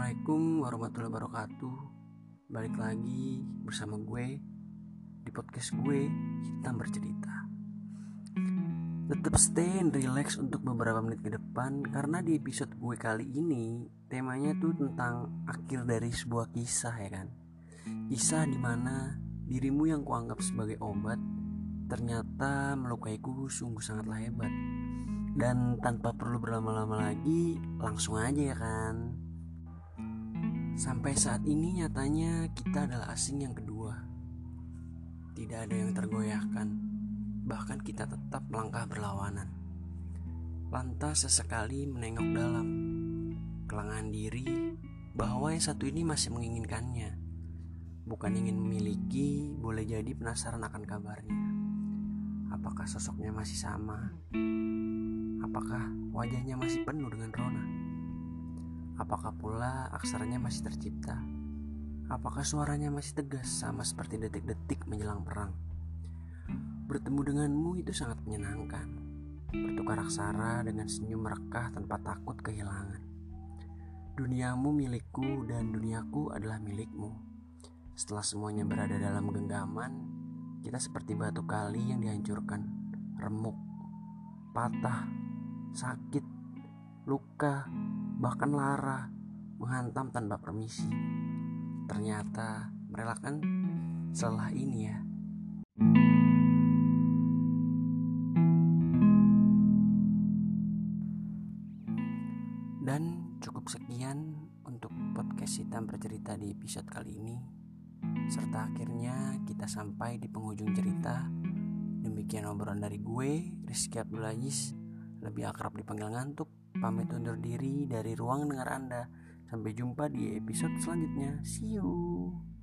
Assalamualaikum warahmatullahi wabarakatuh. Balik lagi bersama gue di podcast gue, Hitam Bercerita. Tetap stay and relax untuk beberapa menit ke depan, karena di episode gue kali ini temanya tuh tentang akhir dari sebuah kisah, ya kan. Kisah dimana dirimu yang kuanggap sebagai obat ternyata melukaiku sungguh sangatlah hebat. Dan tanpa perlu berlama-lama lagi, langsung aja, ya kan. Sampai saat ini nyatanya kita adalah asing yang kedua. Tidak ada yang tergoyahkan, bahkan kita tetap melangkah berlawanan. Lantas sesekali menengok dalam, kelengahan diri bahwa yang satu ini masih menginginkannya. Bukan ingin memiliki, boleh jadi penasaran akan kabarnya. Apakah sosoknya masih sama? Apakah wajahnya masih penuh dengan rona? Apakah pula aksaranya masih tercipta? Apakah suaranya masih tegas sama seperti detik-detik menjelang perang? Bertemu denganmu itu sangat menyenangkan. Bertukar aksara dengan senyum merekah tanpa takut kehilangan. Duniamu milikku dan duniaku adalah milikmu. Setelah semuanya berada dalam genggaman, kita seperti batu kali yang dihancurkan, remuk, patah, sakit, luka, bahkan lara menghantam tanpa permisi. Ternyata merelakan setelah ini, ya. Dan cukup sekian untuk podcast Hitam Bercerita di episode kali ini. Serta akhirnya kita sampai di penghujung cerita. Demikian obrolan dari gue, Rizky Abdul Aziz, lebih akrab dipanggil Ngantuk. Pamit undur diri dari ruang dengar Anda. Sampai jumpa di episode selanjutnya. See you.